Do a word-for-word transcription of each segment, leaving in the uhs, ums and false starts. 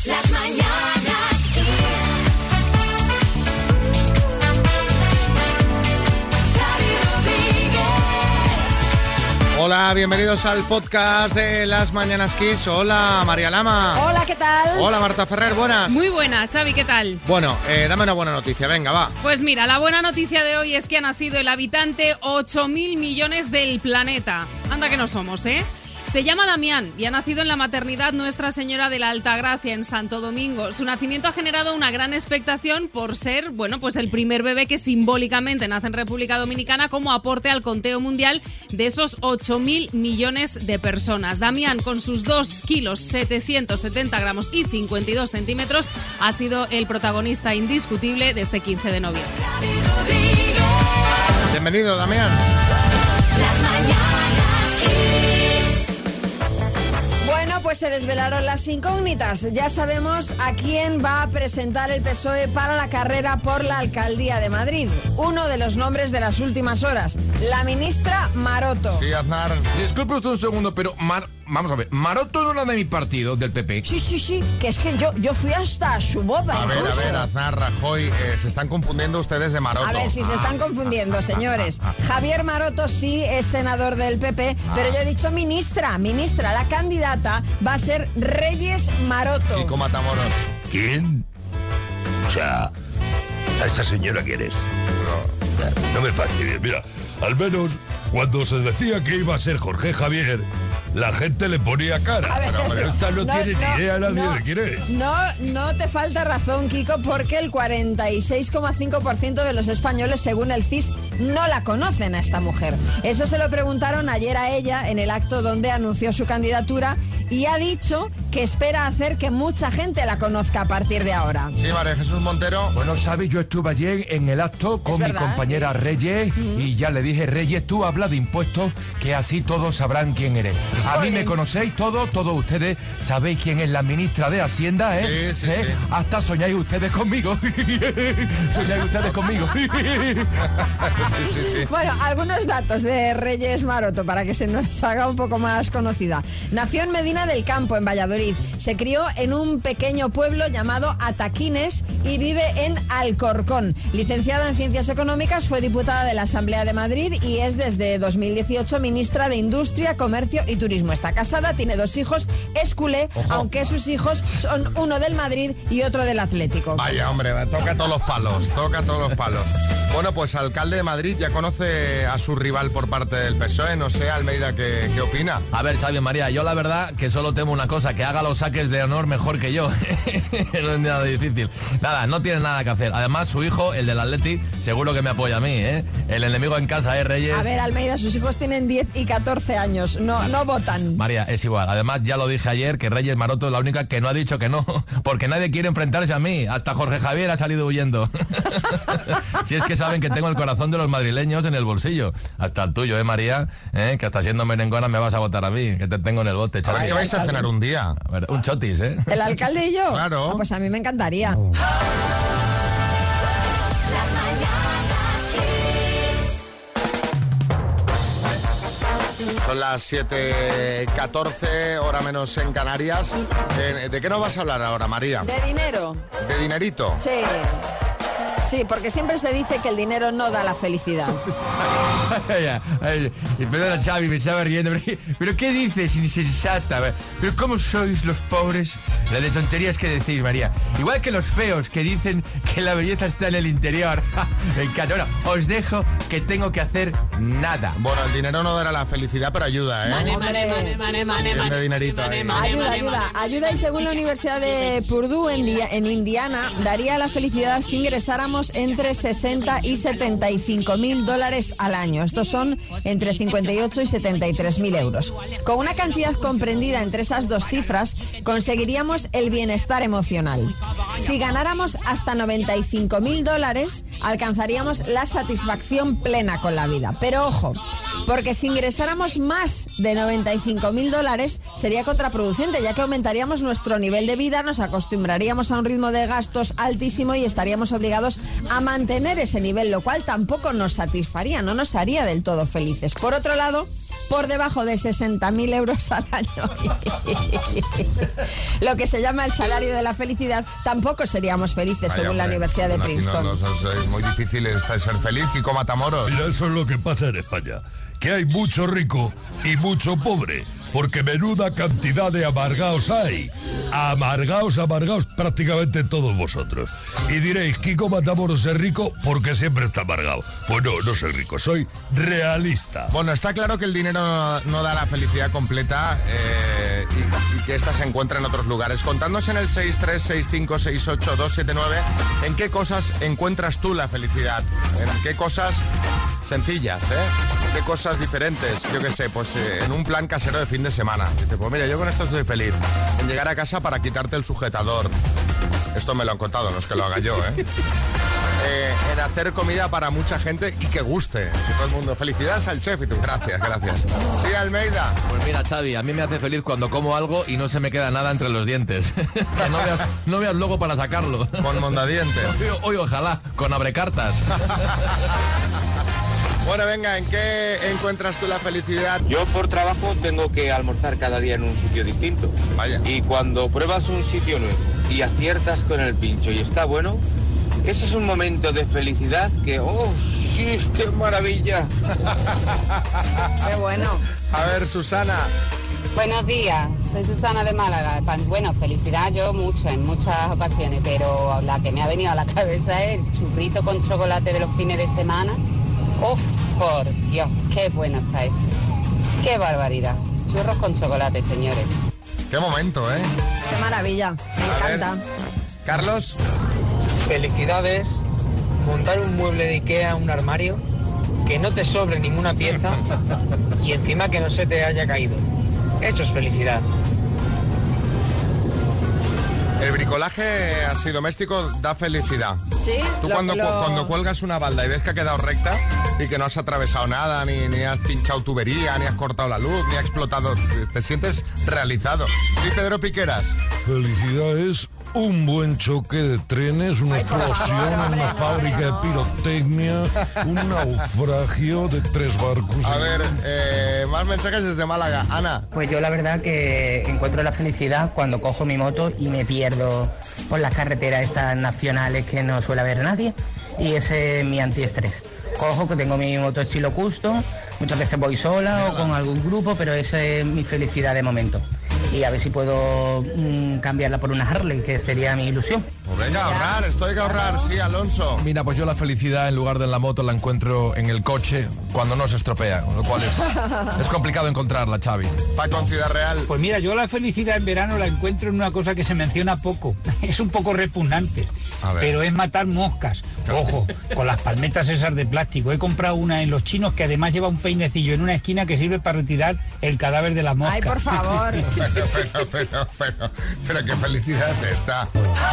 Las mañanas. Hola, bienvenidos al podcast de Las Mañanas Kiss. Hola, María Lama. Hola, ¿qué tal? Hola, Marta Ferrer, buenas. Muy buenas, Xavi, ¿qué tal? Bueno, eh, dame una buena noticia, venga, va. Pues mira, la buena noticia de hoy es que ha nacido el habitante ocho mil millones del planeta. Anda que no somos, ¿eh? Se llama Damián y ha nacido en la maternidad Nuestra Señora de la Altagracia en Santo Domingo. Su nacimiento ha generado una gran expectación por ser, bueno, pues el primer bebé que simbólicamente nace en República Dominicana como aporte al conteo mundial de esos ocho mil millones de personas. Damián, con sus dos kilos setecientos setenta gramos y cincuenta y dos centímetros, ha sido el protagonista indiscutible de este quince de noviembre. Bienvenido, Damián. Las mañanas. Bueno, pues se desvelaron las incógnitas. Ya sabemos a quién va a presentar el P S O E para la carrera por la Alcaldía de Madrid. Uno de los nombres de las últimas horas, la ministra Maroto. Sí, Aznar. Disculpe usted un segundo, pero Mar- vamos a ver, Maroto no era de mi partido, del P P. Sí, sí, sí, que es que yo, yo fui hasta su boda. A ver, a incluso. ver, Aznar, Rajoy, eh, se están confundiendo ustedes de Maroto. A ver si se están confundiendo, señores. Javier Maroto sí es senador del P P, pero yo he dicho ministra, ministra. La candidata va a ser Reyes Maroto. Kiko Matamoros. ¿Quién? O sea, ¿a esta señora quién es? No, no me fastidies. Mira, al menos cuando se decía que iba a ser Jorge Javier, la gente le ponía cara. A ver, Pero, pero esta no, no, tiene no, ni idea nadie no, de quién es. No, no te falta razón, Kiko, porque el cuarenta y seis coma cinco por ciento de los españoles, según el C I S, no la conocen a esta mujer. Eso se lo preguntaron ayer a ella en el acto donde anunció su candidatura y ha dicho que espera hacer que mucha gente la conozca a partir de ahora. Sí, María Jesús Montero. Bueno, ¿sabes? Yo estuve ayer en el acto con verdad, mi compañera sí. Reyes y ya le dije, Reyes, tú habla de impuestos, que así todos sabrán quién eres. A mí Joder. me conocéis todos, todos ustedes sabéis quién es la ministra de Hacienda, ¿eh? Sí, sí, ¿Eh? sí. Hasta soñáis ustedes conmigo. Soñáis ustedes conmigo. Sí, sí, sí. Bueno, algunos datos de Reyes Maroto para que se nos haga un poco más conocida. Nació en Medina del Campo, en Valladolid. Se crió en un pequeño pueblo llamado Ataquines y vive en Alcorcón. Licenciada en Ciencias Económicas, fue diputada de la Asamblea de Madrid y es desde dos mil dieciocho ministra de Industria, Comercio y Turismo. Está casada, tiene dos hijos, es culé, Ojo. aunque sus hijos son uno del Madrid y otro del Atlético. Vaya, hombre, toca todos los palos, toca todos los palos. Bueno, pues alcalde de Madrid ya conoce a su rival por parte del P S O E, no sé, Almeida, ¿qué, qué opina? A ver, Xavi, María, yo la verdad que solo temo una cosa, que haga los saques de honor mejor que yo. No es nada difícil. Nada, no tiene nada que hacer. Además, su hijo, el del Atleti, seguro que me apoya a mí, ¿eh? El enemigo en casa, ¿eh, Reyes? A ver, Almeida, sus hijos tienen diez y catorce años, no, no votan. María, es igual. Además, ya lo dije ayer, que Reyes Maroto es la única que no ha dicho que no, porque nadie quiere enfrentarse a mí. Hasta Jorge Javier ha salido huyendo. Si es que saben que tengo el corazón de los madrileños en el bolsillo. Hasta el tuyo, ¿eh, María? ¿Eh? Que hasta siendo merengona me vas a votar a mí, que te tengo en el bote, A ver chaval. si vais a cenar un día. A ver, un chotis, ¿eh? ¿El alcalde y yo? Claro. Ah, pues a mí me encantaría. Las mañanas. Son las siete catorce, hora menos en Canarias. Eh, ¿De qué nos vas a hablar ahora, María? ¿De dinero? ¿De dinerito? Sí. Sí, porque siempre se dice que el dinero no da la felicidad. Y perdona, Xavi, me estaba riendo. Pero, ¿pero qué dices, insensata? ¿Pero cómo sois los pobres? La de tonterías que decís, María. Igual que los feos que dicen que la belleza está en el interior. Me encanta. Bueno, os dejo que tengo que hacer nada. Bueno, el dinero no dará la felicidad, pero ayuda, ¿eh? Bien de dinerito ahí. Ayuda, ayuda, ayuda y según la Universidad de Purdue en, Di- en Indiana, daría la felicidad si ingresáramos entre sesenta y setenta y cinco mil dólares al año. Estos son entre cincuenta y ocho y setenta y tres mil euros. Con una cantidad comprendida entre esas dos cifras, conseguiríamos el bienestar emocional. Si ganáramos hasta noventa y cinco mil dólares, alcanzaríamos la satisfacción plena con la vida. Pero ojo, porque si ingresáramos más de noventa y cinco mil dólares, sería contraproducente, ya que aumentaríamos nuestro nivel de vida, nos acostumbraríamos a un ritmo de gastos altísimo y estaríamos obligados a mantener ese nivel, lo cual tampoco nos satisfaría, no nos haría del todo felices. Por otro lado, por debajo de sesenta mil euros al año, lo que se llama el salario de la felicidad, tampoco seríamos felices, Vaya, según la hombre, Universidad de aquí Princeton. no, no, no, es muy difícil estar- ser feliz, Kiko Matamoros. Mira, eso es lo que pasa en España, que hay mucho rico y mucho pobre, porque menuda cantidad de amargaos hay. Amargaos, amargaos prácticamente todos vosotros. Y diréis, Kiko Matamoros es rico porque siempre está amargado. Pues no, no soy rico, soy realista. Bueno, está claro que el dinero no, no da la felicidad completa eh, y, y que esta se encuentra en otros lugares. Contadnos en el seis tres seis cinco seis ocho dos siete nueve en qué cosas encuentras tú la felicidad, en qué cosas sencillas, ¿eh? ¿Qué cosas diferentes? Yo qué sé, pues eh, en un plan casero de fin de semana. Dice, pues mira, yo con esto estoy feliz. En llegar a casa para quitarte el sujetador. Esto me lo han contado, no es que lo haga yo, ¿eh? Eh, en hacer comida para mucha gente y que guste. Que todo el mundo, felicidades al chef y tú, gracias, gracias. Sí, Almeida. Pues mira, Xavi, a mí me hace feliz cuando como algo y no se me queda nada entre los dientes. Que no veas, no veas luego para sacarlo. Con mondadientes. Hoy, hoy ojalá, con abrecartas. Bueno, venga, ¿en qué encuentras tú la felicidad? Yo por trabajo tengo que almorzar cada día en un sitio distinto. Vaya. Y cuando pruebas un sitio nuevo y aciertas con el pincho y está bueno, ese es un momento de felicidad que, ¡oh, sí, qué maravilla! Qué bueno. A ver, Susana. Buenos días, soy Susana de Málaga. Pa- Bueno, felicidad yo mucho, en muchas ocasiones, pero la que me ha venido a la cabeza es el churrito con chocolate de los fines de semana. Uf, por Dios, qué bueno está ese. Qué barbaridad. Churros con chocolate, señores. Qué momento, ¿eh? Qué maravilla, me A ver. encanta. Carlos. Felicidades, montar un mueble de Ikea, un armario, que no te sobre ninguna pieza y encima que no se te haya caído. Eso es felicidad. El bricolaje así doméstico da felicidad. Sí, Tú lo- cuando, cu- lo- cuando cuelgas una balda y ves que ha quedado recta y que no has atravesado nada, ni, ni has pinchado tubería, ni has cortado la luz, ni ha explotado, te, te sientes realizado. Sí, Pedro Piqueras. Felicidad es un buen choque de trenes, una Ay, por explosión favor, en hombre, una no, fábrica no. de pirotecnia, un naufragio de tres barcos. A ver, eh, más mensajes desde Málaga. Ana. Pues yo la verdad que encuentro la felicidad cuando cojo mi moto y me pierdo por las carreteras estas nacionales que no suele haber nadie, y ese es mi antiestrés. Cojo que tengo mi moto estilo custom, muchas veces voy sola o con algún grupo, pero esa es mi felicidad de momento. Y a ver si puedo mm, cambiarla por una Harley, que sería mi ilusión. Pues venga, ahorrar, esto hay que ahorrar, sí, Alonso. Mira, pues yo la felicidad en lugar de en la moto la encuentro en el coche cuando no se estropea, lo cual es, es complicado encontrarla, Xavi. Paco en Ciudad Real. Pues mira, yo la felicidad en verano la encuentro en una cosa que se menciona poco. Es un poco repugnante, A ver. pero es matar moscas. Ojo, con las palmetas esas de plástico. He comprado una en los chinos que además lleva un peinecillo en una esquina que sirve para retirar el cadáver de la mosca. Ay, por favor. Pero, pero, pero, pero, pero qué felicidad es esta.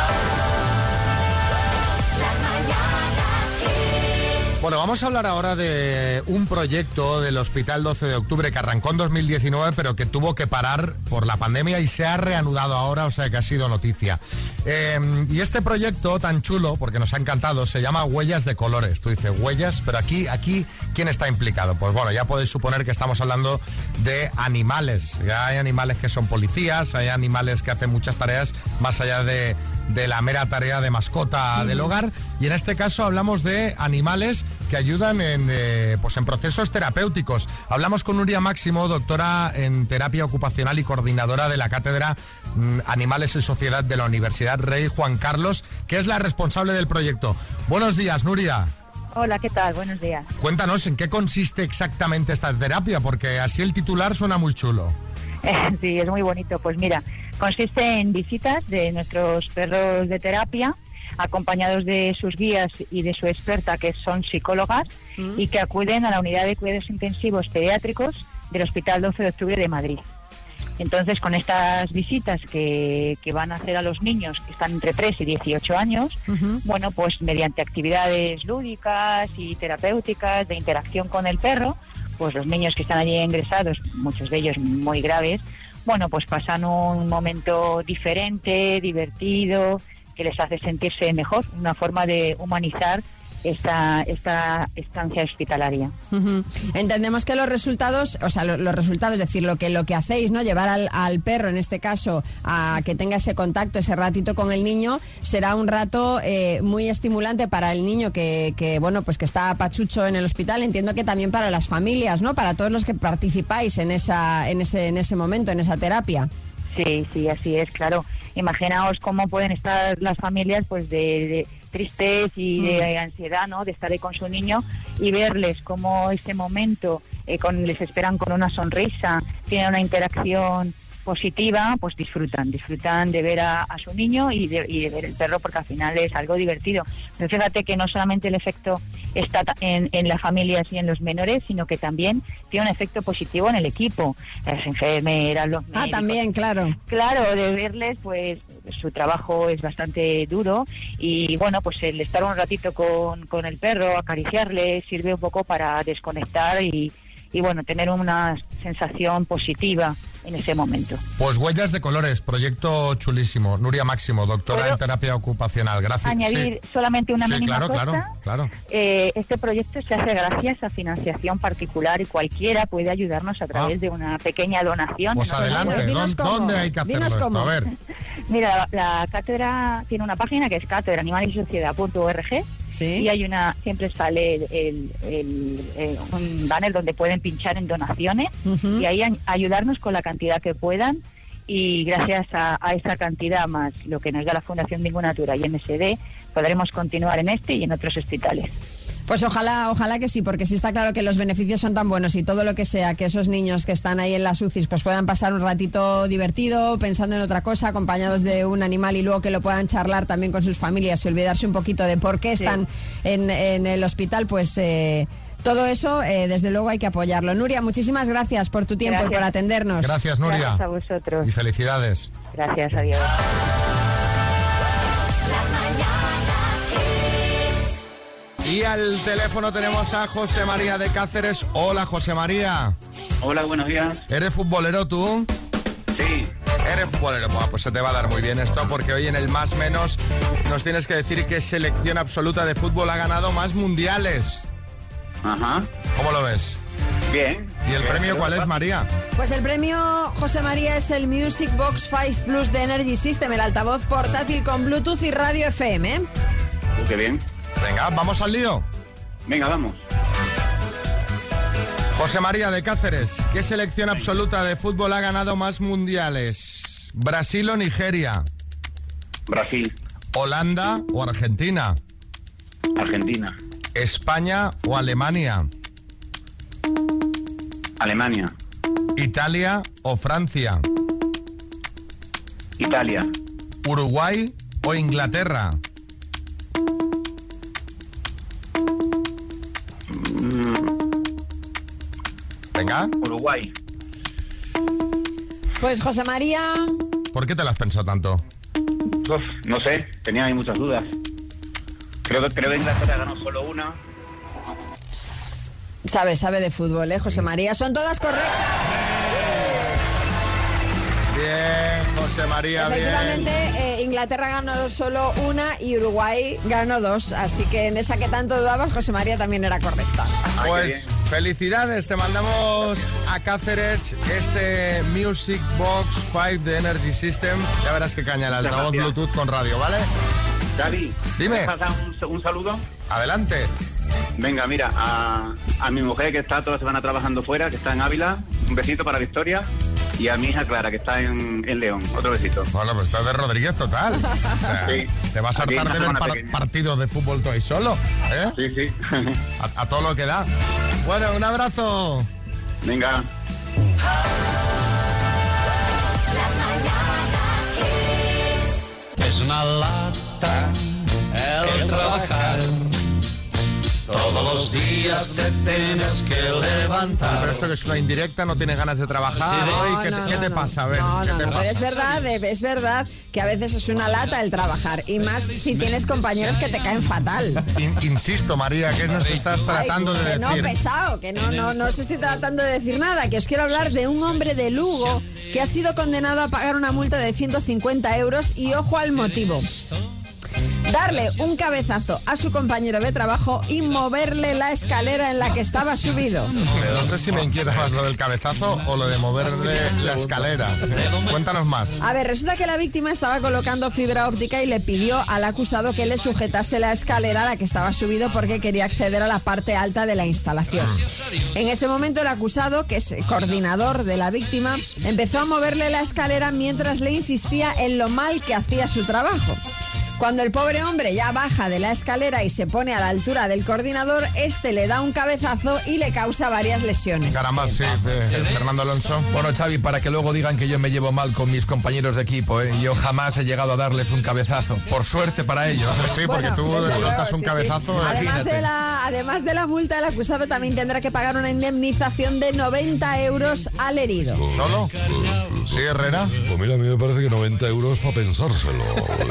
Bueno, vamos a hablar ahora de un proyecto del Hospital doce de octubre que arrancó en dos mil diecinueve, pero que tuvo que parar por la pandemia y se ha reanudado ahora, o sea que ha sido noticia. Eh, y este proyecto tan chulo, porque nos ha encantado, se llama Huellas de Colores. Tú dices, huellas, pero aquí, aquí, ¿quién está implicado? Pues bueno, ya podéis suponer que estamos hablando de animales. Ya hay animales que son policías, hay animales que hacen muchas tareas más allá de... de la mera tarea de mascota del hogar, y en este caso hablamos de animales que ayudan en, eh, pues en procesos terapéuticos. Hablamos con Nuria Máximo, doctora en terapia ocupacional y coordinadora de la cátedra mm, Animales y Sociedad de la Universidad Rey Juan Carlos, que es la responsable del proyecto. Buenos días, Nuria. Hola, ¿qué tal? Buenos días. Cuéntanos en qué consiste exactamente esta terapia, porque así el titular suena muy chulo. Sí, es muy bonito. Pues mira, consiste en visitas de nuestros perros de terapia, acompañados de sus guías y de su experta, que son psicólogas, mm. y que acuden a la unidad de cuidados intensivos pediátricos del Hospital doce de octubre de Madrid. Entonces, con estas visitas que, que van a hacer a los niños que están entre tres y dieciocho años, uh-huh. bueno, pues mediante actividades lúdicas y terapéuticas de interacción con el perro, pues los niños que están allí ingresados, muchos de ellos muy graves, bueno, pues pasan un momento diferente, divertido, que les hace sentirse mejor, una forma de humanizar esta esta estancia hospitalaria. Uh-huh. Entendemos que los resultados, o sea, lo, los resultados, es decir, lo que lo que hacéis, ¿no? Llevar al, al perro, en este caso, a que tenga ese contacto, ese ratito con el niño, será un rato eh, muy estimulante para el niño que, que, bueno, pues que está pachucho en el hospital. Entiendo que también para las familias, ¿no? Para todos los que participáis en esa, en ese, en ese momento, en esa terapia. Sí, sí, así es, claro. Imaginaos cómo pueden estar las familias, pues de, de tristes y de ansiedad, ¿no? De estar ahí con su niño y verles cómo ese momento eh, con, les esperan con una sonrisa, tienen una interacción positiva, pues disfrutan, disfrutan de ver a, a su niño y de, y de ver el perro, porque al final es algo divertido. Pero fíjate que no solamente el efecto está en, en las familias y en los menores, sino que también tiene un efecto positivo en el equipo, las enfermeras, los médicos. Ah, también, claro. Claro, de verles, pues su trabajo es bastante duro y bueno, pues el estar un ratito con, con el perro, acariciarle, sirve un poco para desconectar y, y bueno, tener una sensación positiva en ese momento. Pues Huellas de Colores, proyecto chulísimo. Nuria Máximo, doctora en terapia ocupacional. Gracias. Añadir sí. solamente una sí, mínima claro, cosa. claro, claro. Eh, este proyecto se hace gracias a financiación particular y cualquiera puede ayudarnos a través ah. de una pequeña donación. Pues adelante, ¿dónde, ¿dónde hay que hacerlo esto? A ver. Mira, la, la cátedra tiene una página que es cátedra animal y sociedad punto org. ¿Sí? Y hay una, siempre sale el, el, el, el, un banner donde pueden pinchar en donaciones uh-huh. y ahí a, ayudarnos con la cantidad que puedan, y gracias a, a esa cantidad más lo que nos da la Fundación Vingunatura y M S D podremos continuar en este y en otros hospitales. Pues ojalá, ojalá que sí, porque sí está claro que los beneficios son tan buenos y todo lo que sea que esos niños que están ahí en las U C Is pues puedan pasar un ratito divertido, pensando en otra cosa, acompañados de un animal, y luego que lo puedan charlar también con sus familias y olvidarse un poquito de por qué están sí. en, en el hospital, pues eh, todo eso, eh, desde luego hay que apoyarlo. Nuria, muchísimas gracias por tu tiempo gracias. y por atendernos. Gracias, Nuria. Gracias a vosotros. Y felicidades. Gracias, adiós. Y al teléfono tenemos a José María de Cáceres. Hola, José María. Hola, buenos días. ¿Eres futbolero tú? Sí. Eres futbolero. Bueno, pues se te va a dar muy bien esto, porque hoy en el Más Menos nos tienes que decir qué selección absoluta de fútbol ha ganado más mundiales. Ajá. ¿Cómo lo ves? Bien. ¿Y el bien, premio cuál es, María? Pues el premio, José María, es el Music Box cinco Plus de Energy System, el altavoz portátil con Bluetooth y radio F M. Uh, qué bien. Venga, ¿vamos al lío? Venga, vamos. José María de Cáceres, ¿qué selección absoluta de fútbol ha ganado más mundiales? ¿Brasil o Nigeria? Brasil. ¿Holanda o Argentina? Argentina. ¿España o Alemania? Alemania. ¿Italia o Francia? Italia. ¿Uruguay o Inglaterra? Venga. Uruguay. Pues José María... ¿Por qué te lo has pensado tanto? Uf, no sé, tenía ahí muchas dudas. Creo que, creo que Inglaterra ganó solo una. Sabe, sabe de fútbol, ¿eh, José María? Son todas correctas. Bien, José María, bien. Efectivamente, eh, Inglaterra ganó solo una y Uruguay ganó dos. Así que en esa que tanto dudabas, José María también era correcta. Pues felicidades, te mandamos a Cáceres este Music Box cinco de Energy System. Ya verás que caña el altavoz Bluetooth con radio, ¿vale? Gaby, dime. ¿me pasas un, un saludo? Adelante. Venga, mira, a, a mi mujer que está toda la semana trabajando fuera, que está en Ávila, un besito para Victoria. Y a mi hija Clara, que está en, en León, otro besito. Bueno, pues estás de Rodríguez total. O sea, sí. Te vas a hartar de ver par- partidos de fútbol tú ahí solo, ¿eh? Sí, sí. a, a todo lo que da. Bueno, un abrazo. Venga. Es una lata el trabajar. Todos los días te tienes que levantar. Pero esto que es una indirecta, no tienes ganas de trabajar. No, ¿Qué, no, ¿qué no, te no. pasa? A ver, No, ¿qué no, te no, pasa? pero es verdad, eh, es verdad que a veces es una lata el trabajar. Y más si tienes compañeros que te caen fatal. In- insisto, María, ¿qué nos estás tratando Ay, de que decir? No, pesado, que no, no, no os estoy tratando de decir nada, que os quiero hablar de un hombre de Lugo que ha sido condenado a pagar una multa de ciento cincuenta euros y ojo al motivo. Darle un cabezazo a su compañero de trabajo y moverle la escalera en la que estaba subido. No sé si me inquieta más lo del cabezazo o lo de moverle la escalera. Cuéntanos más. A ver, resulta que la víctima estaba colocando fibra óptica y le pidió al acusado que le sujetase la escalera a la que estaba subido porque quería acceder a la parte alta de la instalación. En ese momento el acusado, que es coordinador de la víctima, empezó a moverle la escalera mientras le insistía en lo mal que hacía su trabajo. Cuando el pobre hombre ya baja de la escalera y se pone a la altura del coordinador, este le da un cabezazo y le causa varias lesiones. Caramba, sí, eh, Fernando Alonso. Bueno, Xavi, para que luego digan que yo me llevo mal con mis compañeros de equipo, ¿eh? Yo jamás he llegado a darles un cabezazo. Por suerte para ellos. Pues sí, porque Bueno, tú desde le sueltas luego, un sí, cabezazo. sí. Además imagínate. de, la, además de la multa, el acusado también tendrá que pagar una indemnización de noventa euros al herido. ¿Solo? ¿Sí, Herrera? Pues mira, a mí me parece que noventa euros es para pensárselo.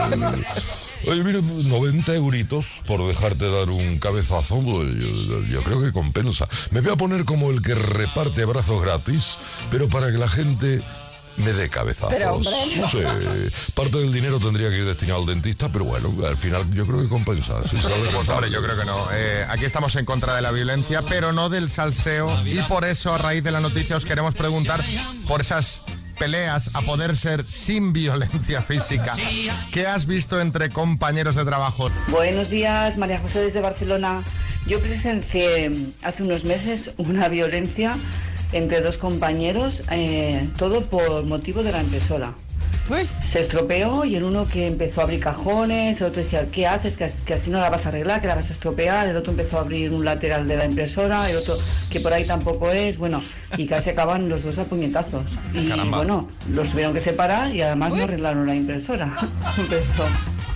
Oye, mira, noventa euritos por dejarte dar un cabezazo, pues, yo, yo creo que compensa. Me voy a poner como el que reparte abrazos gratis, pero para que la gente me dé cabezazos. Pero, hombre, no. Sí. Parte del dinero tendría que ir destinado al dentista, pero bueno, al final yo creo que compensa. Sí, sale Pues rentable. hombre, yo creo que no. Eh, aquí estamos en contra de la violencia, pero no del salseo. Y por eso, a raíz de la noticia, os queremos preguntar por esas peleas a poder ser sin violencia física. ¿Qué has visto entre compañeros de trabajo? Buenos días, María José desde Barcelona. Yo presencié hace unos meses una violencia entre dos compañeros, eh, todo por motivo de la impresora. Se estropeó y el uno que empezó a abrir cajones, el otro decía, ¿qué haces? Que, as- que así no la vas a arreglar, que la vas a estropear. El otro empezó a abrir un lateral de la impresora, el otro que por ahí tampoco es, bueno, y casi acaban los dos a puñetazos. Y Caramba. bueno, los tuvieron que separar y además no arreglaron la impresora. Un beso.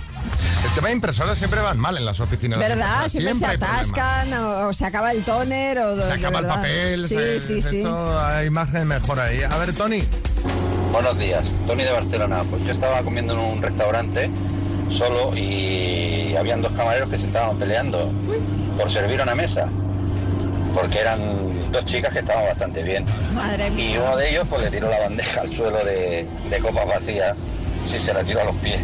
El tema de impresoras siempre van mal en las oficinas. las ¿Verdad? impresoras. Siempre, se hay problemas. atascan o, o se acaba el tóner o... Se de acaba el verdad. papel. Sí, se- sí, sí. Esto hay margen mejor ahí. A ver, Tony. Buenos días, Tony de Barcelona. Pues yo estaba comiendo en un restaurante solo y habían dos camareros que se estaban peleando por servir una mesa, porque eran dos chicas que estaban bastante bien. Madre mía. Y uno de ellos pues le tiró la bandeja al suelo de, de copas vacías, sí, se la tiró a los pies.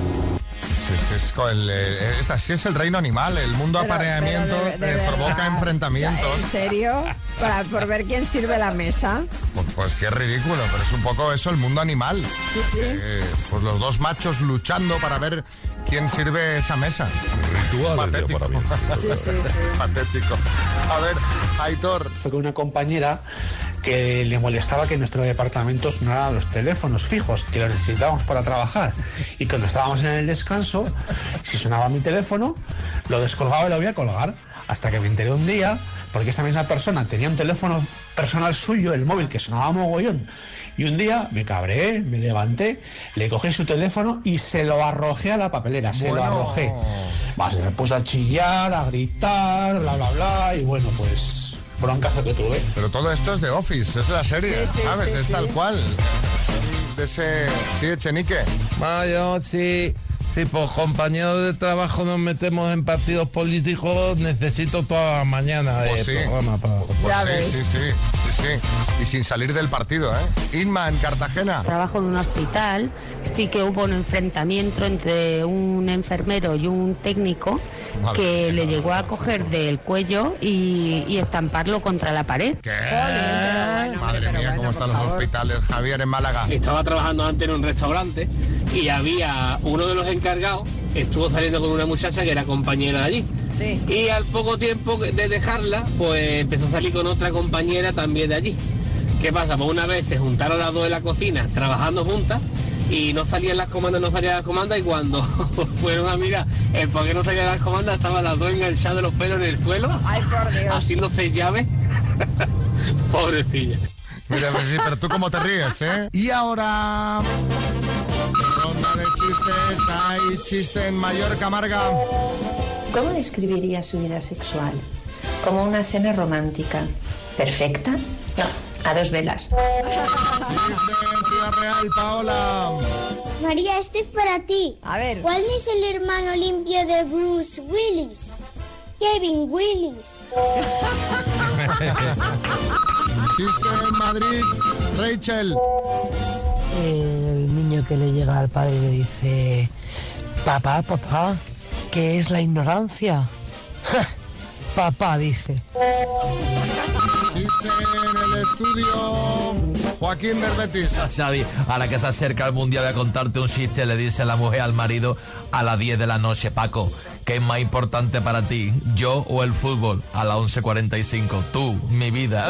Sí, sí, es, con el, eh, es así es el reino animal. El mundo Pero- apareamiento pero de- de eh, provoca verdad. enfrentamientos. O sea, ¿en serio? Para, por ver quién sirve la mesa. Pues, pues qué ridículo, pero es un poco eso, el mundo animal. Sí, sí. Eh, pues los dos machos luchando para ver quién sirve esa mesa. Rituales de Patético. apareamiento. Sí, sí, sí. Patético. A ver, Aitor. Fue con una compañera que le molestaba que en nuestro departamento sonaran los teléfonos fijos, que los necesitábamos para trabajar. Y cuando estábamos en el descanso, si sonaba mi teléfono, lo descolgaba y lo voy a colgar. Hasta que me enteré un día, porque esa misma persona tenía un teléfono personal suyo, el móvil, que sonaba mogollón. Y un día me cabré, me levanté, le cogí su teléfono y se lo arrojé a la papelera, se Bueno. lo arrojé. Bah, se me puso a chillar, a gritar, bla, bla, bla, y bueno, pues broncazo que tuve. Pero todo esto es de Office, es de la serie, Sí, sí, ¿sabes? sí, es sí. tal cual. De ese... Sí, Echenique. Mayo, sí, sí, pues compañeros de trabajo nos metemos en partidos políticos, necesito toda la mañana de Pues sí. programa para... Pues sí, sí, sí, sí, sí. Y sin salir del partido, ¿eh? Inma, en Cartagena. Trabajo en un hospital, sí que hubo un enfrentamiento entre un enfermero y un técnico Madre que le llegó a coger del cuello y, y estamparlo contra la pared. ¿Qué? Madre mía, cómo están los hospitales. Javier, en Málaga. Estaba trabajando antes en un restaurante y había uno de los encargados, estuvo saliendo con una muchacha que era compañera de allí. Sí. Y al poco tiempo de dejarla, pues empezó a salir con otra compañera también de allí. ¿Qué pasa? Pues una vez se juntaron las dos en la cocina trabajando juntas y no salían las comandas, no salían las comandas, y cuando fueron a mirar el por qué no salían las comandas, estaban las dos enganchadas de los pelos en el suelo, Ay, por Dios. haciéndose llaves. Pobrecilla. Mira, pues sí, pero tú cómo te ríes, ¿eh? Y ahora... Ronda de chistes. Hay chiste en Mallorca, Marga. ¿Cómo describiría su vida sexual? Como una cena romántica. ¿Perfecta? No, a dos velas. Ciudad Real, Paola. María, este es para ti. A ver. ¿Cuál es el hermano limpio de Bruce Willis? Kevin Willis. Chiste en Madrid, Rachel. El niño que le llega al padre y le dice: papá, papá, ¿qué es la ignorancia? Papá, dice. Chiste en el estudio, Joaquín del Betis. Xavi, a la que se acerca el mundial de contarte un chiste, le dice la mujer al marido a las diez de la noche: Paco, ¿qué es más importante para ti, yo o el fútbol? A las once cuarenta y cinco, tú, mi vida.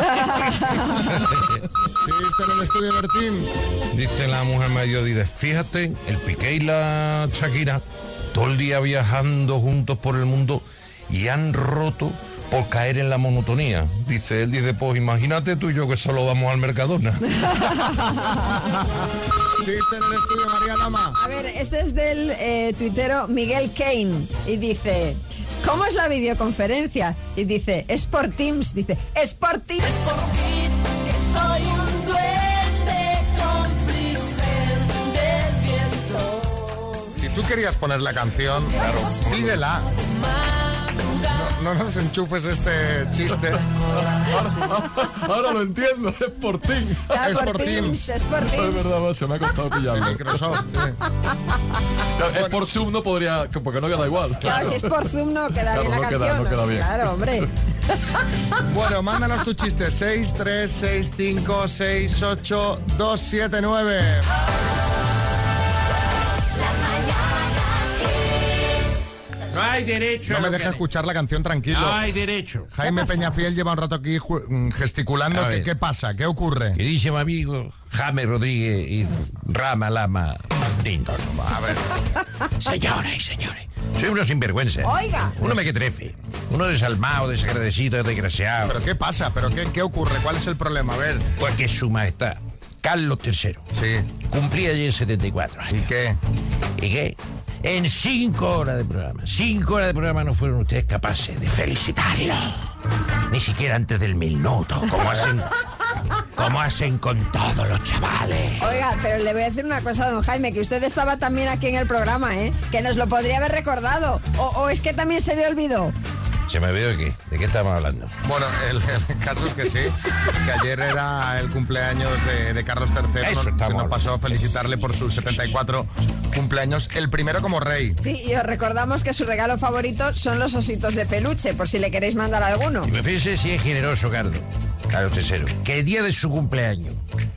Chiste en el estudio, Bertín. Dice la mujer medio, dice, fíjate, el Piqué y la Shakira todo el día viajando juntos por el mundo y han roto por caer en la monotonía. Dice él, dice, pues imagínate tú y yo que solo vamos al Mercadona. Chiste en el estudio, María Lama. A ver, este es del eh, tuitero Miguel Kane y dice: ¿cómo es la videoconferencia? Y dice: es por Teams. Dice: es por Teams. Es por ti, que soy un duende cómplice del viento. Si tú querías poner la canción, claro, pídela. No, no nos enchufes este chiste. Ahora, ahora lo entiendo, es por ti. Ya, es por por Teams, Teams. es por Teams. Es verdad, se me ha costado pillarlo. Microsoft, sí. Claro, es por Zoom, no podría, porque no queda igual. Claro, si es por Zoom no queda Claro, bien la no queda- canción. no queda bien. Claro, hombre. Bueno, mándanos tu chiste. seis tres seis cinco seis ocho dos siete nueve. No hay derecho. No me deja escuchar la canción tranquilo. No hay derecho. Jaime Peñafiel lleva un rato aquí ju- gesticulando. A ¿Qué, ver. ¿Qué pasa? ¿Qué ocurre? Que dice mi amigo Jaime Rodríguez y Rama Lama Tinto. A ver. Señoras y señores, soy uno sinvergüenza. Oiga. Uno mequetrefe. Uno desalmado, desagradecido, desgraciado. ¿Pero qué pasa? ¿Pero qué, qué ocurre? ¿Cuál es el problema? A ver. Pues que su majestad, Carlos tercero, Sí. cumplía ayer setenta y cuatro años. ¿Y qué? ¿Y qué? En cinco horas de programa, cinco horas de programa no fueron ustedes capaces de felicitarlo. Ni siquiera antes del minuto, como hacen, como hacen con todos los chavales. Oiga, pero le voy a decir una cosa, don Jaime, que usted estaba también aquí en el programa, ¿eh? Que nos lo podría haber recordado. O, o es que también se le olvidó. ¿Se me olvidó de qué? ¿De qué estamos hablando? Bueno, el, el caso es que sí, que ayer era el cumpleaños de, de Carlos tercero. Eso Se estamos nos hablando. pasó a felicitarle por sus setenta y cuatro cumpleaños, el primero como rey. Sí, y os recordamos que su regalo favorito son los ositos de peluche, por si le queréis mandar alguno. Y me fíjese si es generoso, Carlos. Carlos tercero. Que el día de su cumpleaños,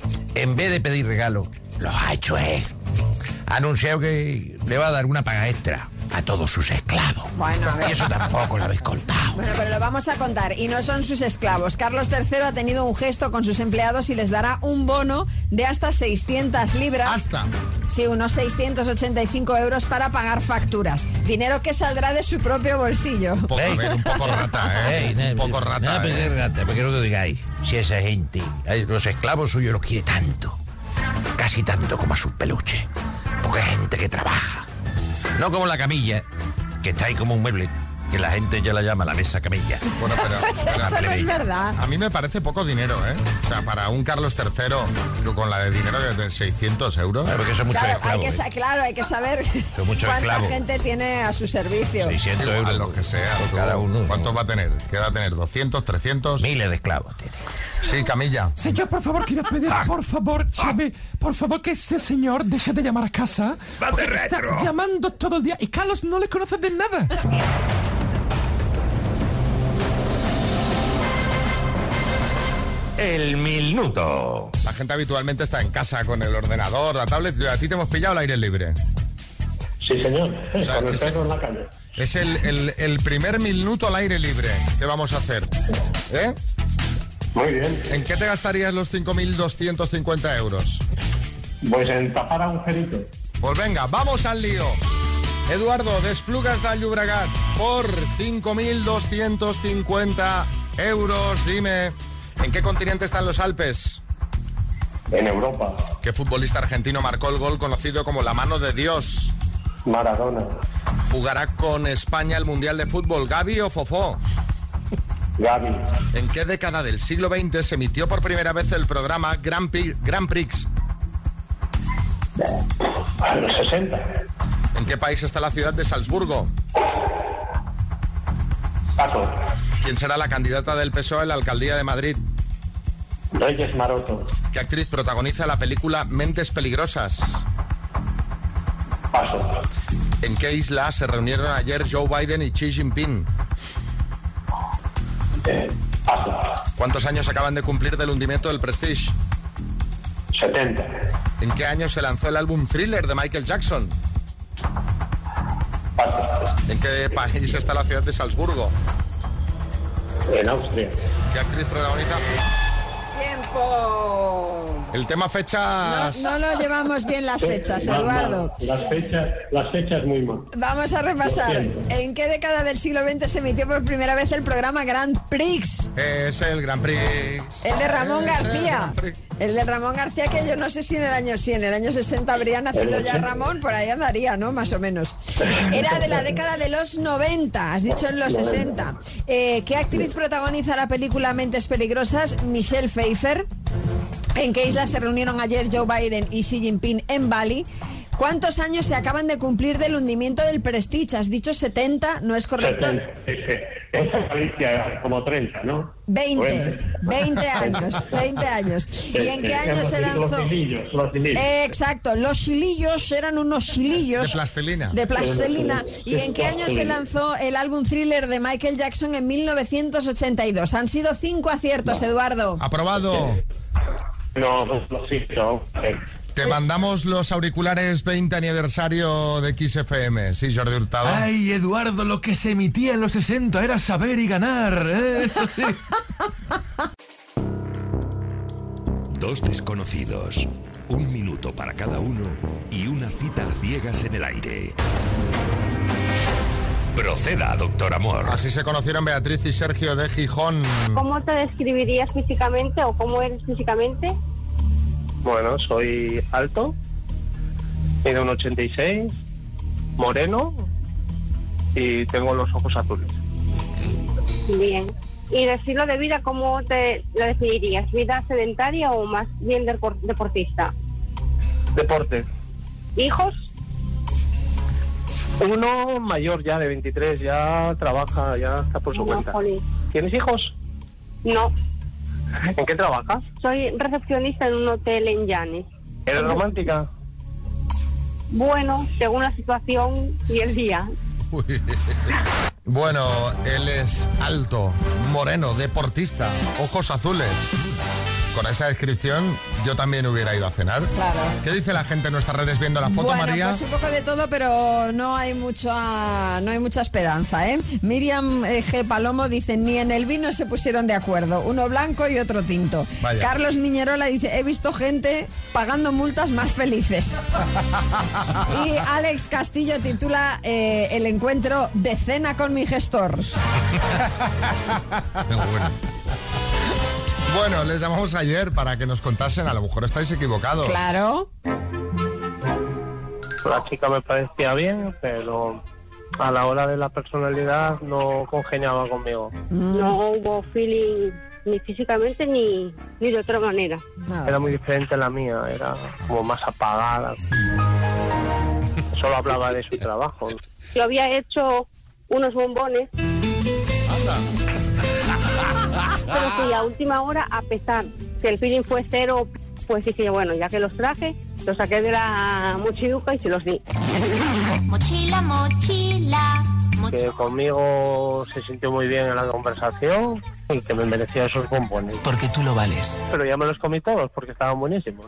en vez de pedir regalo, los ha hecho él. Ha anunciado que le va a dar una paga extra a todos sus esclavos. Bueno, a ver. Y eso tampoco lo habéis contado. Bueno, pero lo vamos a contar. Y no son sus esclavos. Carlos tercero ha tenido un gesto con sus empleados y les dará un bono de hasta seiscientas libras. Hasta. Sí, unos seiscientos ochenta y cinco euros para pagar facturas. Dinero que saldrá de su propio bolsillo. Un poco, a ver, un poco rata, ¿eh? Ey, nada, un poco nada, rata. pero ¿eh? qué rata, porque no lo digáis. Si esa gente, eh, los esclavos suyos los quiere tanto, casi tanto como a sus peluches, porque es gente que trabaja. No como la camilla, que está ahí como un mueble, que la gente ya la llama la mesa camilla. Bueno, pero, pero Eso no es verdad. a mí me parece poco dinero, ¿eh? O sea, para un Carlos tercero con la de dinero de, de seiscientos euros. Claro, porque son muchos Claro, hay esclavos. que, ¿eh? sa- claro, hay que saber Son muchos cuánta esclavos. gente tiene a su servicio. seiscientos Igual, euros. lo que sea. por tú, cada uno. ¿Cuántos va a tener? ¿Qué va a tener? ¿doscientos, trescientos? Miles de esclavos tiene. Sí, Camilla. Señor, por favor, quiero pedir, por favor, Xavi, por favor, que ese señor deje de llamar a casa. ¡Vate Porque está retro! llamando todo el día y Carlos no le conoce de nada. El minuto. La gente habitualmente está en casa con el ordenador, la tablet. A ti te hemos pillado al aire libre. Sí, señor. O sea, Con el ese- perro en la calle. Es el, el- el primer minuto al aire libre que vamos a hacer. ¿Eh? Muy bien. ¿En qué te gastarías los cinco mil doscientos cincuenta euros? Pues en tapar agujeritos. Pues venga, vamos al lío. Eduardo, Desplugas de Llobregat por cinco mil doscientos cincuenta euros. Dime, ¿en qué continente están los Alpes? En Europa. ¿Qué futbolista argentino marcó el gol conocido como la mano de Dios? Maradona. jugará con España el Mundial de Fútbol? ¿Gaby o Fofó? Gaby. ¿En qué década del siglo veinte se emitió por primera vez el programa Grand Prix? Grand Prix? A los sesenta. ¿En qué país está la ciudad de Salzburgo? Paso. ¿Quién será la candidata del P S O E en la alcaldía de Madrid? Reyes Maroto. ¿Qué actriz protagoniza la película Mentes Peligrosas? Paso. ¿En qué isla se reunieron ayer Joe Biden y Xi Jinping? Eh, paso. ¿Cuántos años acaban de cumplir del hundimiento del Prestige? setenta. ¿En qué año se lanzó el álbum Thriller de Michael Jackson? Paso. ¿En qué país está la ciudad de Salzburgo? En Austria. ¿Qué actriz protagoniza? ¡Tiempo! El tema fechas... No, no lo llevamos bien las fechas, Mal, Eduardo. mal. Las fechas, las fechas muy mal. Vamos a repasar. Lo siento. ¿En qué década del siglo veinte se emitió por primera vez el programa Grand Prix? Es el Grand Prix. El de Ramón Es el García. Grand Prix. El de Ramón García, que yo no sé si en el año sí, en el año sesenta habría nacido ya Ramón, por ahí andaría, ¿no? Más o menos. Era de la década de los noventa, has dicho en los sesenta. Eh, ¿Qué actriz protagoniza la película Mentes Peligrosas? Michelle Pfeiffer. ¿En qué isla se reunieron ayer Joe Biden y Xi Jinping? En Bali. ¿Cuántos años se acaban de cumplir del hundimiento del Prestige? Has dicho setenta, ¿no es correcto? Esa Galicia como treinta, ¿no? veinte, veinte años, veinte años. ¿Y en qué año se lanzó? Los hilillos, los hilillos. Exacto, los hilillos eran unos hilillos De plastilina. de plastilina. ¿Y en qué año se lanzó el álbum Thriller de Michael Jackson? En mil novecientos ochenta y dos. Han sido cinco aciertos, Eduardo. Aprobado. No, lo siento. Te mandamos los auriculares veinte aniversario de Kiss F M. Sí, Jordi Hurtado. Ay, Eduardo, lo que se emitía en los sesenta era saber y ganar, ¿eh? Eso sí. Dos desconocidos, un minuto para cada uno y una cita a ciegas en el aire. Proceda, doctor Amor. Así se conocieron Beatriz y Sergio de Gijón. ¿Cómo te describirías físicamente o cómo eres físicamente? Bueno, soy alto, mido un ochenta y seis, moreno y tengo los ojos azules. Bien. ¿Y de estilo de vida cómo te lo definirías? ¿Vida sedentaria o más bien depor- deportista? Deporte. ¿Hijos? Uno mayor ya, de veintitrés, ya trabaja, ya está por su No, cuenta. jolín. ¿Tienes hijos? No. ¿En qué trabajas? Soy recepcionista en un hotel en Llanes. ¿Eres romántica? Bueno, según la situación y el día. Uy. Bueno, él es alto, moreno, deportista, ojos azules. Con esa descripción yo también hubiera ido a cenar. Claro. ¿Qué dice la gente en nuestras redes viendo la foto, Bueno, María? pues un poco de todo, pero no hay mucha, no hay mucha esperanza, ¿eh? Miriam eh, G. Palomo dice, ni en el vino se pusieron de acuerdo, uno blanco y otro tinto. Vaya. Carlos Niñerola dice, he visto gente pagando multas más felices. Y Alex Castillo titula eh, el encuentro de cena con mi gestor. Bueno, les llamamos ayer para que nos contasen, a lo mejor estáis equivocados. Claro. La chica me parecía bien, pero a la hora de la personalidad no congeniaba conmigo. No hubo feeling ni físicamente ni, ni de otra manera. Era muy diferente a la mía, era como más apagada. Solo hablaba de su trabajo. Yo había hecho unos bombones. Pero que a última hora, a pesar que el feeling fue cero, pues dije, bueno, ya que los traje, los saqué de la mochiluca y se los di. Mochila, mochila, Que conmigo se sintió muy bien en la conversación y que me merecía esos bombones. Porque tú lo vales. Pero ya me los comí todos porque estaban buenísimos.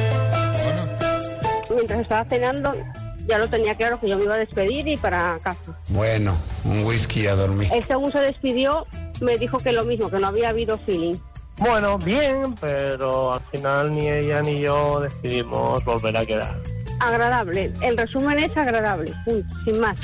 Mientras estaba cenando, ya lo tenía claro que yo me iba a despedir y para casa. Bueno, un whisky a dormir. Él, según se despidió, me dijo que lo mismo, que no había habido feeling. Bueno, bien, pero al final ni ella ni yo decidimos volver a quedar. Agradable. El resumen es agradable, punto, sin más.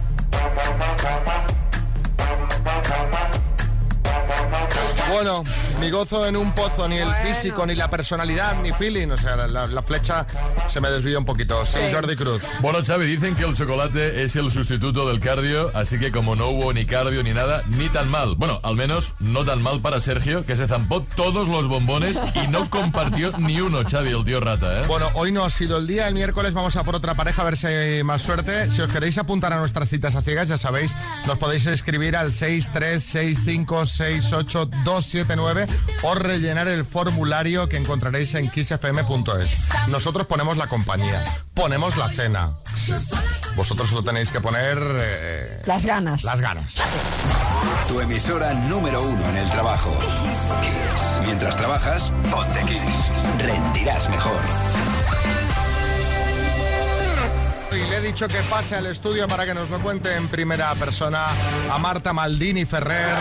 Bueno, mi gozo en un pozo, ni el Bueno. físico, ni la personalidad, ni feeling. O sea, la, la flecha se me desvió un poquito. Sí, Sí. Jordi Cruz. Bueno, Xavi, dicen que el chocolate es el sustituto del cardio, así que como no hubo ni cardio ni nada, ni tan mal. Bueno, al menos no tan mal para Sergio, que se zampó todos los bombones y no compartió ni uno, Xavi, el tío rata, ¿eh? Bueno, hoy no ha sido el día. El miércoles vamos a por otra pareja a ver si hay más suerte. Si os queréis apuntar a nuestras citas a ciegas, ya sabéis, nos podéis escribir al seis tres seis cinco seis ocho dos siete nueve o rellenar el formulario que encontraréis en kiss f m punto es. Nosotros ponemos la compañía, ponemos la cena. Vosotros solo tenéis que poner eh, Las ganas. las ganas. Tu emisora número uno en el trabajo. Kiss. Mientras trabajas, ponte Kiss. Rendirás mejor. Y le he dicho que pase al estudio para que nos lo cuente en primera persona a Marta Maldini Ferrer.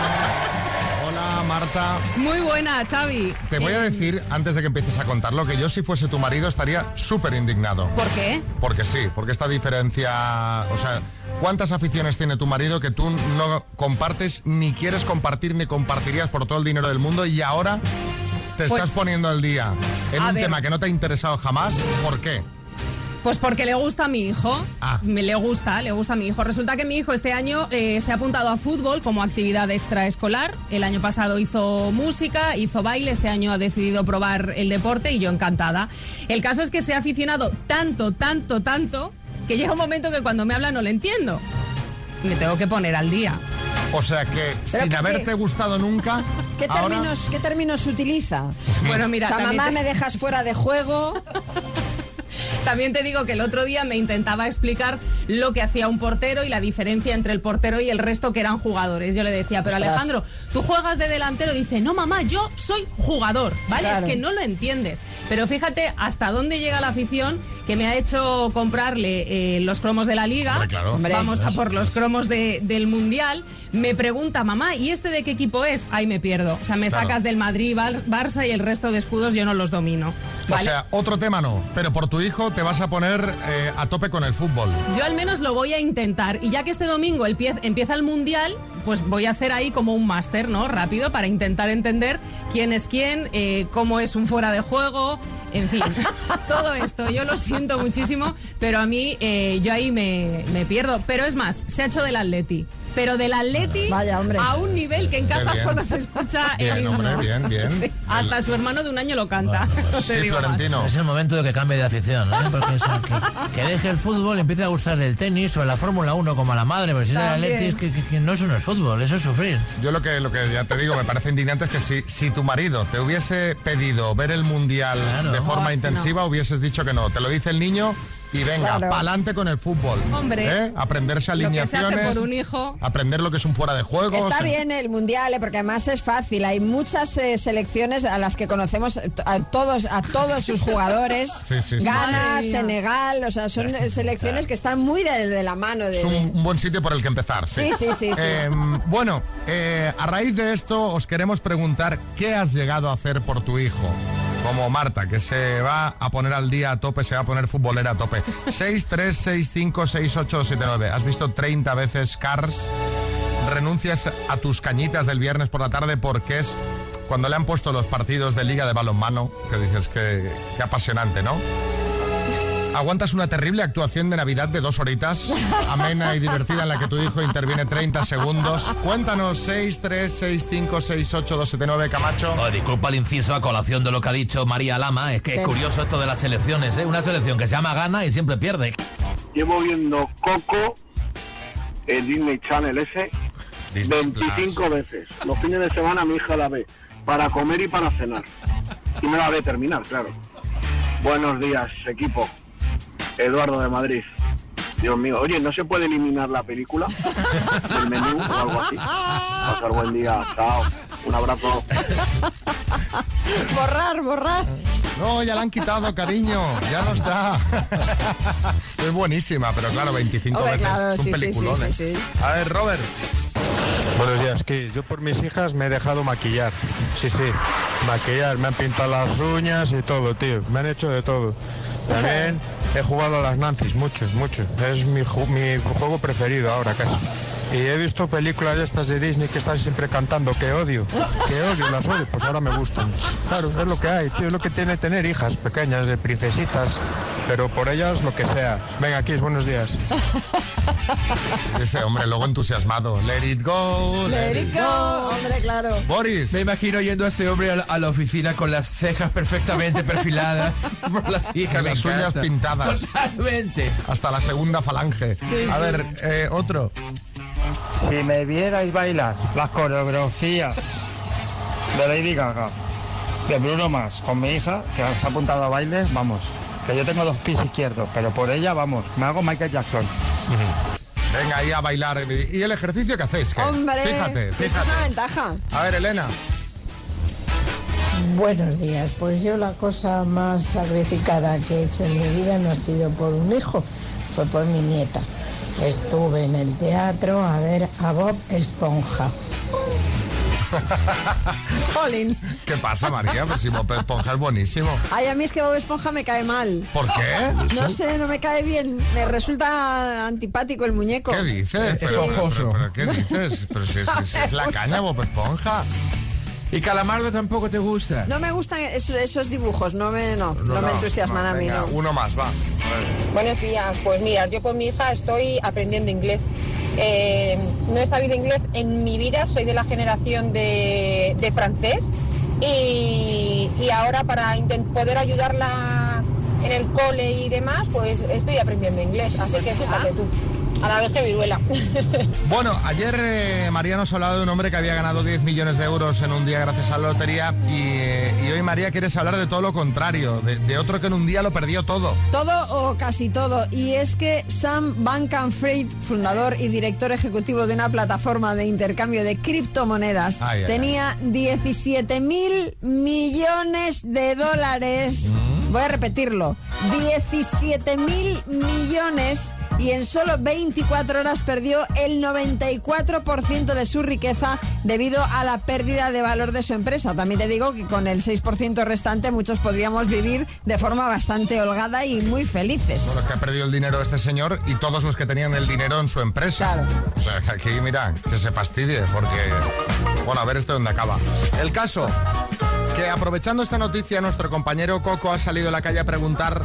Hola, Marta. Muy buena, Xavi. Te voy a Eh, decir, antes de que empieces a contarlo, que yo si fuese tu marido estaría súper indignado. ¿Por qué? Porque sí, porque esta diferencia... O sea, ¿cuántas aficiones tiene tu marido que tú no compartes, ni quieres compartir, ni compartirías por todo el dinero del mundo y ahora te Pues, estás poniendo al día en a un ver. tema que no te ha interesado jamás? ¿Por qué? Pues porque le gusta a mi hijo. Ah. Me le gusta, le gusta a mi hijo. Resulta que mi hijo este año eh, se ha apuntado a fútbol como actividad extraescolar. El año pasado hizo música, hizo baile. Este año ha decidido probar el deporte y yo encantada. El caso es que se ha aficionado tanto, tanto, tanto que llega un momento que cuando me habla no le entiendo. Me tengo que poner al día. O sea que Pero sin que- haberte gustado nunca, ¿Qué ahora... términos, ¿Qué términos utiliza? Bueno, mira, O sea, también mamá, te- me dejas fuera de juego. También te digo que el otro día me intentaba explicar lo que hacía un portero y la diferencia entre el portero y el resto que eran jugadores. Yo le decía, pero Ostras. Alejandro, tú juegas de delantero. Dice, no mamá, yo soy jugador, ¿vale? Claro. Es que no lo entiendes. Pero fíjate hasta dónde llega la afición que me ha hecho comprarle eh, los cromos de la Liga. Hombre, claro. Hombre. Vamos a por los cromos de- del Mundial. Me pregunta, mamá, ¿y este de qué equipo es? Ahí me pierdo. O sea, me Claro. sacas del Madrid, Bar- Barça y el resto de escudos yo no los domino. O ¿vale? sea, otro tema no, pero por tu hijo te vas a poner eh, a tope con el fútbol. Yo al menos lo voy a intentar. Y ya que este domingo el pie- empieza el Mundial, pues voy a hacer ahí como un máster, ¿no? Rápido, para intentar entender quién es quién, eh, cómo es un fuera de juego, en fin. Todo esto, yo lo siento muchísimo, pero a mí eh, yo ahí me, me pierdo. Pero es más, se ha hecho del Atleti. Pero del Atleti Vaya, hombre. a un nivel que en Qué casa bien. solo se escucha el Bien, himno. hombre, bien, bien. Hasta su hermano de un año lo canta. No te Sí, digo más. Florentino. Es el momento de que cambie de afición, ¿no? Porque eso, que, que deje el fútbol y empiece a gustar el tenis o la Fórmula uno como a la madre, pero si es del También. Atleti es que, que- que no, eso no es fútbol, eso es sufrir. Yo lo que, lo que ya te digo, me parece indignante es que si, si tu marido te hubiese pedido ver el Mundial Claro. de forma Oh, intensiva, hubieses dicho que no. Te lo dice el niño y venga, Claro. pa'lante con el fútbol. Hombre, ¿Eh? Aprenderse Lo que se hace alineaciones, por un hijo. aprender lo que es un fuera de juego. Está se- bien el mundial, ¿eh? Porque además es fácil. Hay muchas eh, selecciones a las que conocemos eh, a todos, a todos sus jugadores. Sí, sí, sí. Ghana, Madre mía. Senegal, o sea, son eh, selecciones que están muy de, de la mano de. Es un, un buen sitio por el que empezar. Sí, Sí, sí, sí, sí. Eh, bueno, eh, a raíz de esto os queremos preguntar qué has llegado a hacer por tu hijo. Como Marta, que se va a poner al día a tope, se va a poner futbolera a tope. seis tres seis cinco seis ocho siete nueve. ¿Has visto treinta veces Cars? ¿Renuncias a tus cañitas del viernes por la tarde porque es cuando le han puesto los partidos de Liga de Balonmano? Que dices que, que apasionante, ¿no? ¿Aguantas una terrible actuación de Navidad de dos horitas, amena y divertida, en la que tu hijo interviene treinta segundos? Cuéntanos, seis tres seis cinco seis ocho dos siete nueve, Camacho. Oh, disculpa el inciso a colación de lo que ha dicho María Lama. Es que es ¿Qué? curioso esto de las selecciones, ¿eh? Una selección que se llama Ghana y siempre pierde. Llevo viendo Coco, el Disney Channel ese, Disney veinticinco veces. Los fines de semana mi hija la ve para comer y para cenar. Y me la ve terminar, claro. Buenos días, equipo. Eduardo de Madrid. Dios mío, oye, ¿no se puede eliminar la película del menú o algo así? Pasar buen día, chao, un abrazo. Borrar, borrar. No, ya la han quitado, cariño, ya no está. Es buenísima, pero claro, veinticinco Hombre, veces claro, es un sí, sí, peliculón. sí, ¿eh? sí, sí. A ver, Robert. Buenos días, Kiss. Yo por mis hijas me he dejado maquillar. Sí, sí, maquillar. Me han pintado las uñas y todo, tío. Me han hecho de todo. También he jugado a las Nancy's, mucho, mucho. Es mi, ju- mi juego preferido ahora casi. Y he visto películas estas de Disney que están siempre cantando que odio, que odio, las odio, pues ahora me gustan. Claro, es lo que hay, tío, es lo que tiene tener hijas pequeñas, de princesitas, pero por ellas lo que sea. Venga, Kiss, buenos días. Ese hombre luego entusiasmado. Let it go, Let it go, hombre, claro. Boris. Me imagino yendo a este hombre a la, a la oficina con las cejas perfectamente perfiladas por las hijas. Y las uñas pintadas. Totalmente. Hasta la segunda falange. Sí, a sí. ver, eh, otro. Si me vierais bailar las coreografías de Lady Gaga, de Bruno Mars, con mi hija, que se ha apuntado a bailes, vamos, que yo tengo dos pies izquierdos, pero por ella, vamos, me hago Michael Jackson. Venga, ahí a bailar. ¿Y el ejercicio que hacéis? ¿Qué? Hombre, Fíjate, eso es fíjate. una ventaja. A ver, Elena. Buenos días, pues yo la cosa más sacrificada que he hecho en mi vida no ha sido por un hijo, fue por mi nieta. Estuve en el teatro a ver a Bob Esponja. Jolín. ¿Qué pasa, María? Pues si Bob Esponja es buenísimo. Ay, a mí es que Bob Esponja me cae mal. ¿Por qué? No sé, no me cae bien. Me resulta antipático el muñeco. ¿Qué dices? Pero, pero, pero, ¿qué dices? Pero si, si- si es la caña, Bob Esponja. ¿Y Calamardo tampoco te gusta? No me gustan esos, esos dibujos, no me, no, no, me entusiasman no, a mí, venga, no. Uno más, va. Buenos días, pues mira, yo con mi hija estoy aprendiendo inglés. Eh, no he sabido inglés en mi vida, soy de la generación de, de francés y, y ahora para intent- poder ayudarla en el cole y demás, pues estoy aprendiendo inglés, así que fíjate tú, a la vez que viruela. Bueno, ayer eh, María nos hablaba de un hombre que había ganado diez millones de euros en un día gracias a la lotería y, eh, y hoy María quieres hablar de todo lo contrario, de, de otro que en un día lo perdió todo. Todo o casi todo. Y es que Sam Bankman-Fried, fundador y director ejecutivo de una plataforma de intercambio de criptomonedas, Ay, ay, tenía diecisiete mil millones de dólares. Voy a repetirlo. diecisiete mil millones y en solo veinticuatro horas perdió el noventa y cuatro por ciento de su riqueza debido a la pérdida de valor de su empresa. También te digo que con el seis por ciento restante muchos podríamos vivir de forma bastante holgada y muy felices. Bueno, es que ha perdido el dinero este señor y todos los que tenían el dinero en su empresa. Claro. O sea, que aquí, mira, que se fastidie, porque... Bueno, a ver esto dónde acaba. El caso, que aprovechando esta noticia, nuestro compañero Coco ha salido a la calle a preguntar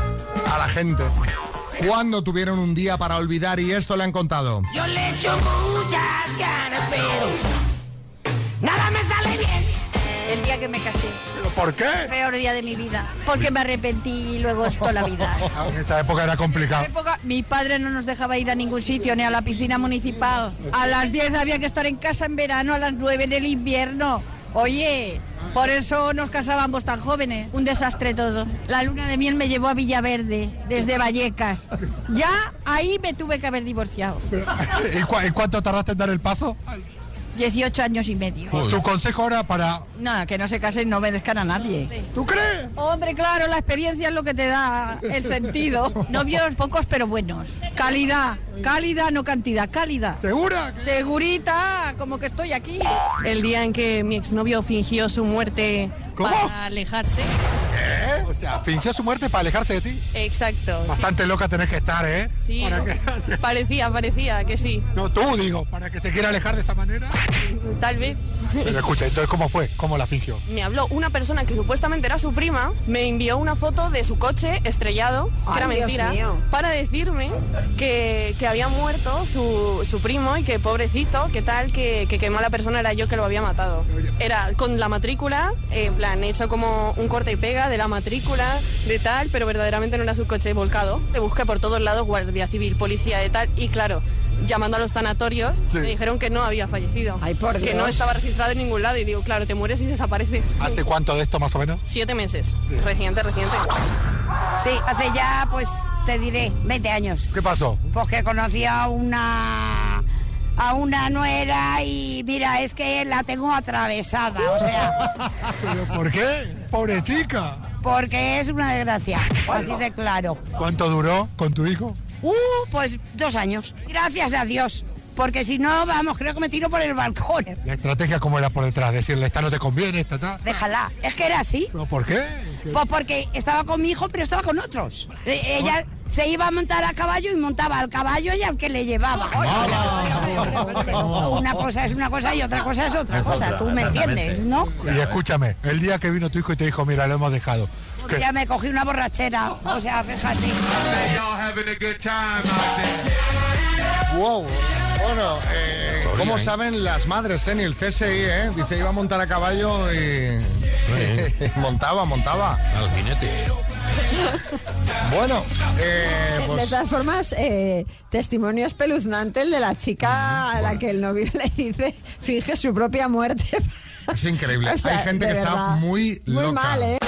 a la gente cuándo tuvieron un día para olvidar y esto le han contado. Yo le echo muchas ganas, pero nada me sale bien. El día que me casé. ¿Por qué? Peor día de mi vida. Porque me arrepentí y luego es toda la vida. En esa época era complicado. En esa época, mi padre no nos dejaba ir a ningún sitio, ni a la piscina municipal. A las diez había que estar en casa en verano, a las nueve en el invierno. Oye, por eso nos casábamos tan jóvenes. Un desastre todo. La luna de miel me llevó a Villaverde, desde Vallecas. Ya ahí me tuve que haber divorciado. ¿Y, cu- y cuánto tardaste en dar el paso? dieciocho años y medio. Tu consejo ahora para... Nada, que no se casen y no obedezcan a nadie. ¿Tú crees? Hombre, claro, la experiencia es lo que te da el sentido. Novios pocos pero buenos. Calidad, calidad, no cantidad, calidad. ¿Segura? Segurita, como que estoy aquí. El día en que mi exnovio fingió su muerte ¿Cómo? para alejarse. ¿Eh? O sea, fingió su muerte para alejarse de ti. Exacto. sí. Bastante loca tenés que estar, ¿eh? Sí, ¿Para qué? parecía, parecía que sí. No, tú digo, para que se quiera alejar de esa manera. Tal vez. Pero escucha, entonces, ¿cómo fue? ¿Cómo la fingió? Me habló una persona que supuestamente era su prima, me envió una foto de su coche estrellado, Ay, que era Dios mentira, mío. para decirme que, que había muerto su, su primo y que pobrecito, que tal, que, que quemó a la persona, era yo que lo había matado. Era con la matrícula, eh, en plan, hecho como un corte y pega de la matrícula, de tal, pero verdaderamente no era su coche volcado. Le busqué por todos lados, guardia civil, policía de tal, y claro, llamando a los sanatorios, Sí. me dijeron que no había fallecido. Ay, por que Dios. no estaba registrado en ningún lado. Y digo, claro, te mueres y desapareces. ¿Hace cuánto de esto más o menos? Siete meses. Reciente, reciente. Sí, hace ya, pues, te diré, veinte años. ¿Qué pasó? Pues que conocí a una... a una nuera y mira, es que la tengo atravesada, o sea, ¿Pero por qué? Pobre chica. porque es una desgracia, así de claro. ¿Cuánto duró con tu hijo? Uh, pues dos años. Gracias a Dios. Porque si no, vamos, creo que me tiro por el balcón. La estrategia, ¿cómo era por detrás? Decirle, esta no te conviene, esta, esta. Déjala. Es que era así. ¿Pero por qué? Pues porque estaba con mi hijo, pero estaba con otros. Eh, Ella, se iba a montar a caballo y montaba al caballo y al que le llevaba. Una cosa es una cosa y otra cosa es otra Es cosa, otra, tú me entiendes, ¿no? Y escúchame, el día que vino tu hijo y te dijo, mira, lo hemos dejado. Un día me cogí una borrachera, o sea, fíjate. Wow. Bueno, eh, ¿cómo saben las madres, eh? Ni el C S I, ¿eh? Dice, iba a montar a caballo y... montaba, montaba. Al jinete. Bueno, eh, pues... De todas formas, eh, testimonio espeluznante el de la chica a la que el novio le dice, finge su propia muerte. Es increíble. O sea, hay gente de que verdad, está muy loca. Muy mal, ¿eh?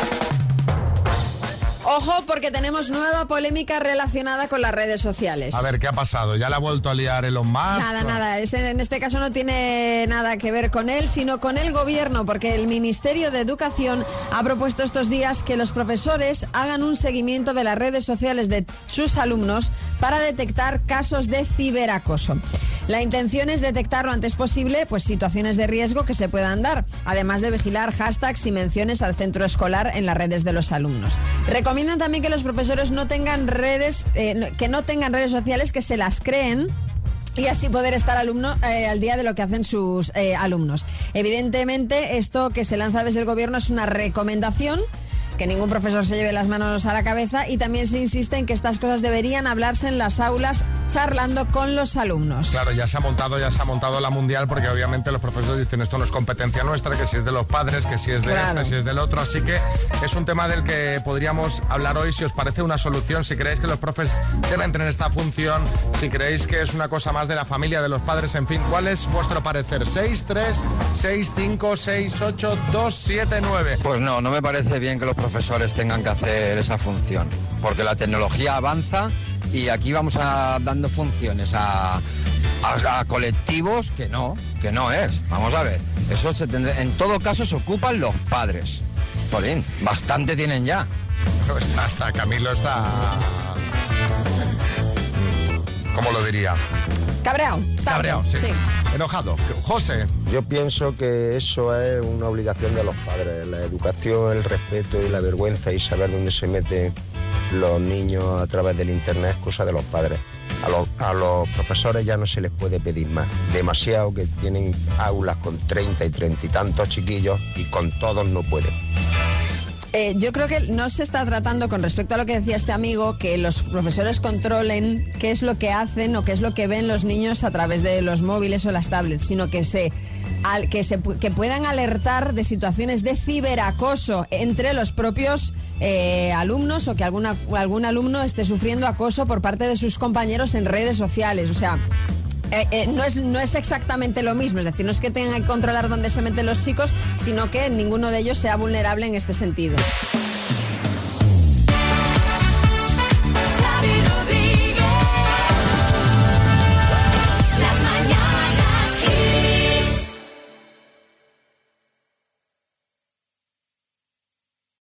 Ojo, porque tenemos nueva polémica relacionada con las redes sociales. A ver, ¿qué ha pasado? ¿Ya la ha vuelto a liar Elon Musk? Nada, nada. Es- en este caso no tiene nada que ver con él, sino con el gobierno, porque el Ministerio de Educación ha propuesto estos días que los profesores hagan un seguimiento de las redes sociales de sus alumnos para detectar casos de ciberacoso. La intención es detectar lo antes posible pues, situaciones de riesgo que se puedan dar, además de vigilar hashtags y menciones al centro escolar en las redes de los alumnos. Recomiendan también que los profesores no tengan redes, eh, que no tengan redes sociales, que se las creen y así poder estar alumno, eh, al día de lo que hacen sus eh, alumnos. Evidentemente, esto que se lanza desde el gobierno es una recomendación, que ningún profesor se lleve las manos a la cabeza, y también se insiste en que estas cosas deberían hablarse en las aulas charlando con los alumnos. Claro, ya se ha montado, ya se ha montado la mundial, porque obviamente los profesores dicen esto no es competencia nuestra, que si es de los padres, que si es de Claro. este, si es del otro, así que es un tema del que podríamos hablar hoy, si os parece una solución, si creéis que los profes deben tener esta función, si creéis que es una cosa más de la familia, de los padres, en fin, ¿cuál es vuestro parecer? seis tres seis cinco seis ocho dos siete nueve. Pues no, no me parece bien que los profesores tengan que hacer esa función, porque la tecnología avanza y aquí vamos a dando funciones a, a- a colectivos que no, que no es. Vamos a ver, eso se tendrá- en todo caso se ocupan los padres. Jolín, bastante tienen ya. Está, está, Camilo está... ¿Cómo lo diría? Cabreado. Está Cabreado, sí. sí. Enojado. José. Yo pienso que eso es una obligación de los padres, la educación, el respeto y la vergüenza y saber dónde se meten los niños a través del internet es cosa de los padres. A los, a los profesores ya no se les puede pedir más, demasiado, que tienen aulas con treinta y treinta y tantos chiquillos y con todos no pueden. Eh, yo creo que no se está tratando, con respecto a lo que decía este amigo, que los profesores controlen qué es lo que hacen o qué es lo que ven los niños a través de los móviles o las tablets, sino que se, al, que, se pu- que puedan alertar de situaciones de ciberacoso entre los propios eh, alumnos, o que alguna, algún alumno esté sufriendo acoso por parte de sus compañeros en redes sociales. O sea, Eh, eh, no, es, no es exactamente lo mismo, es decir, no es que tengan que controlar dónde se meten los chicos, sino que ninguno de ellos sea vulnerable en este sentido.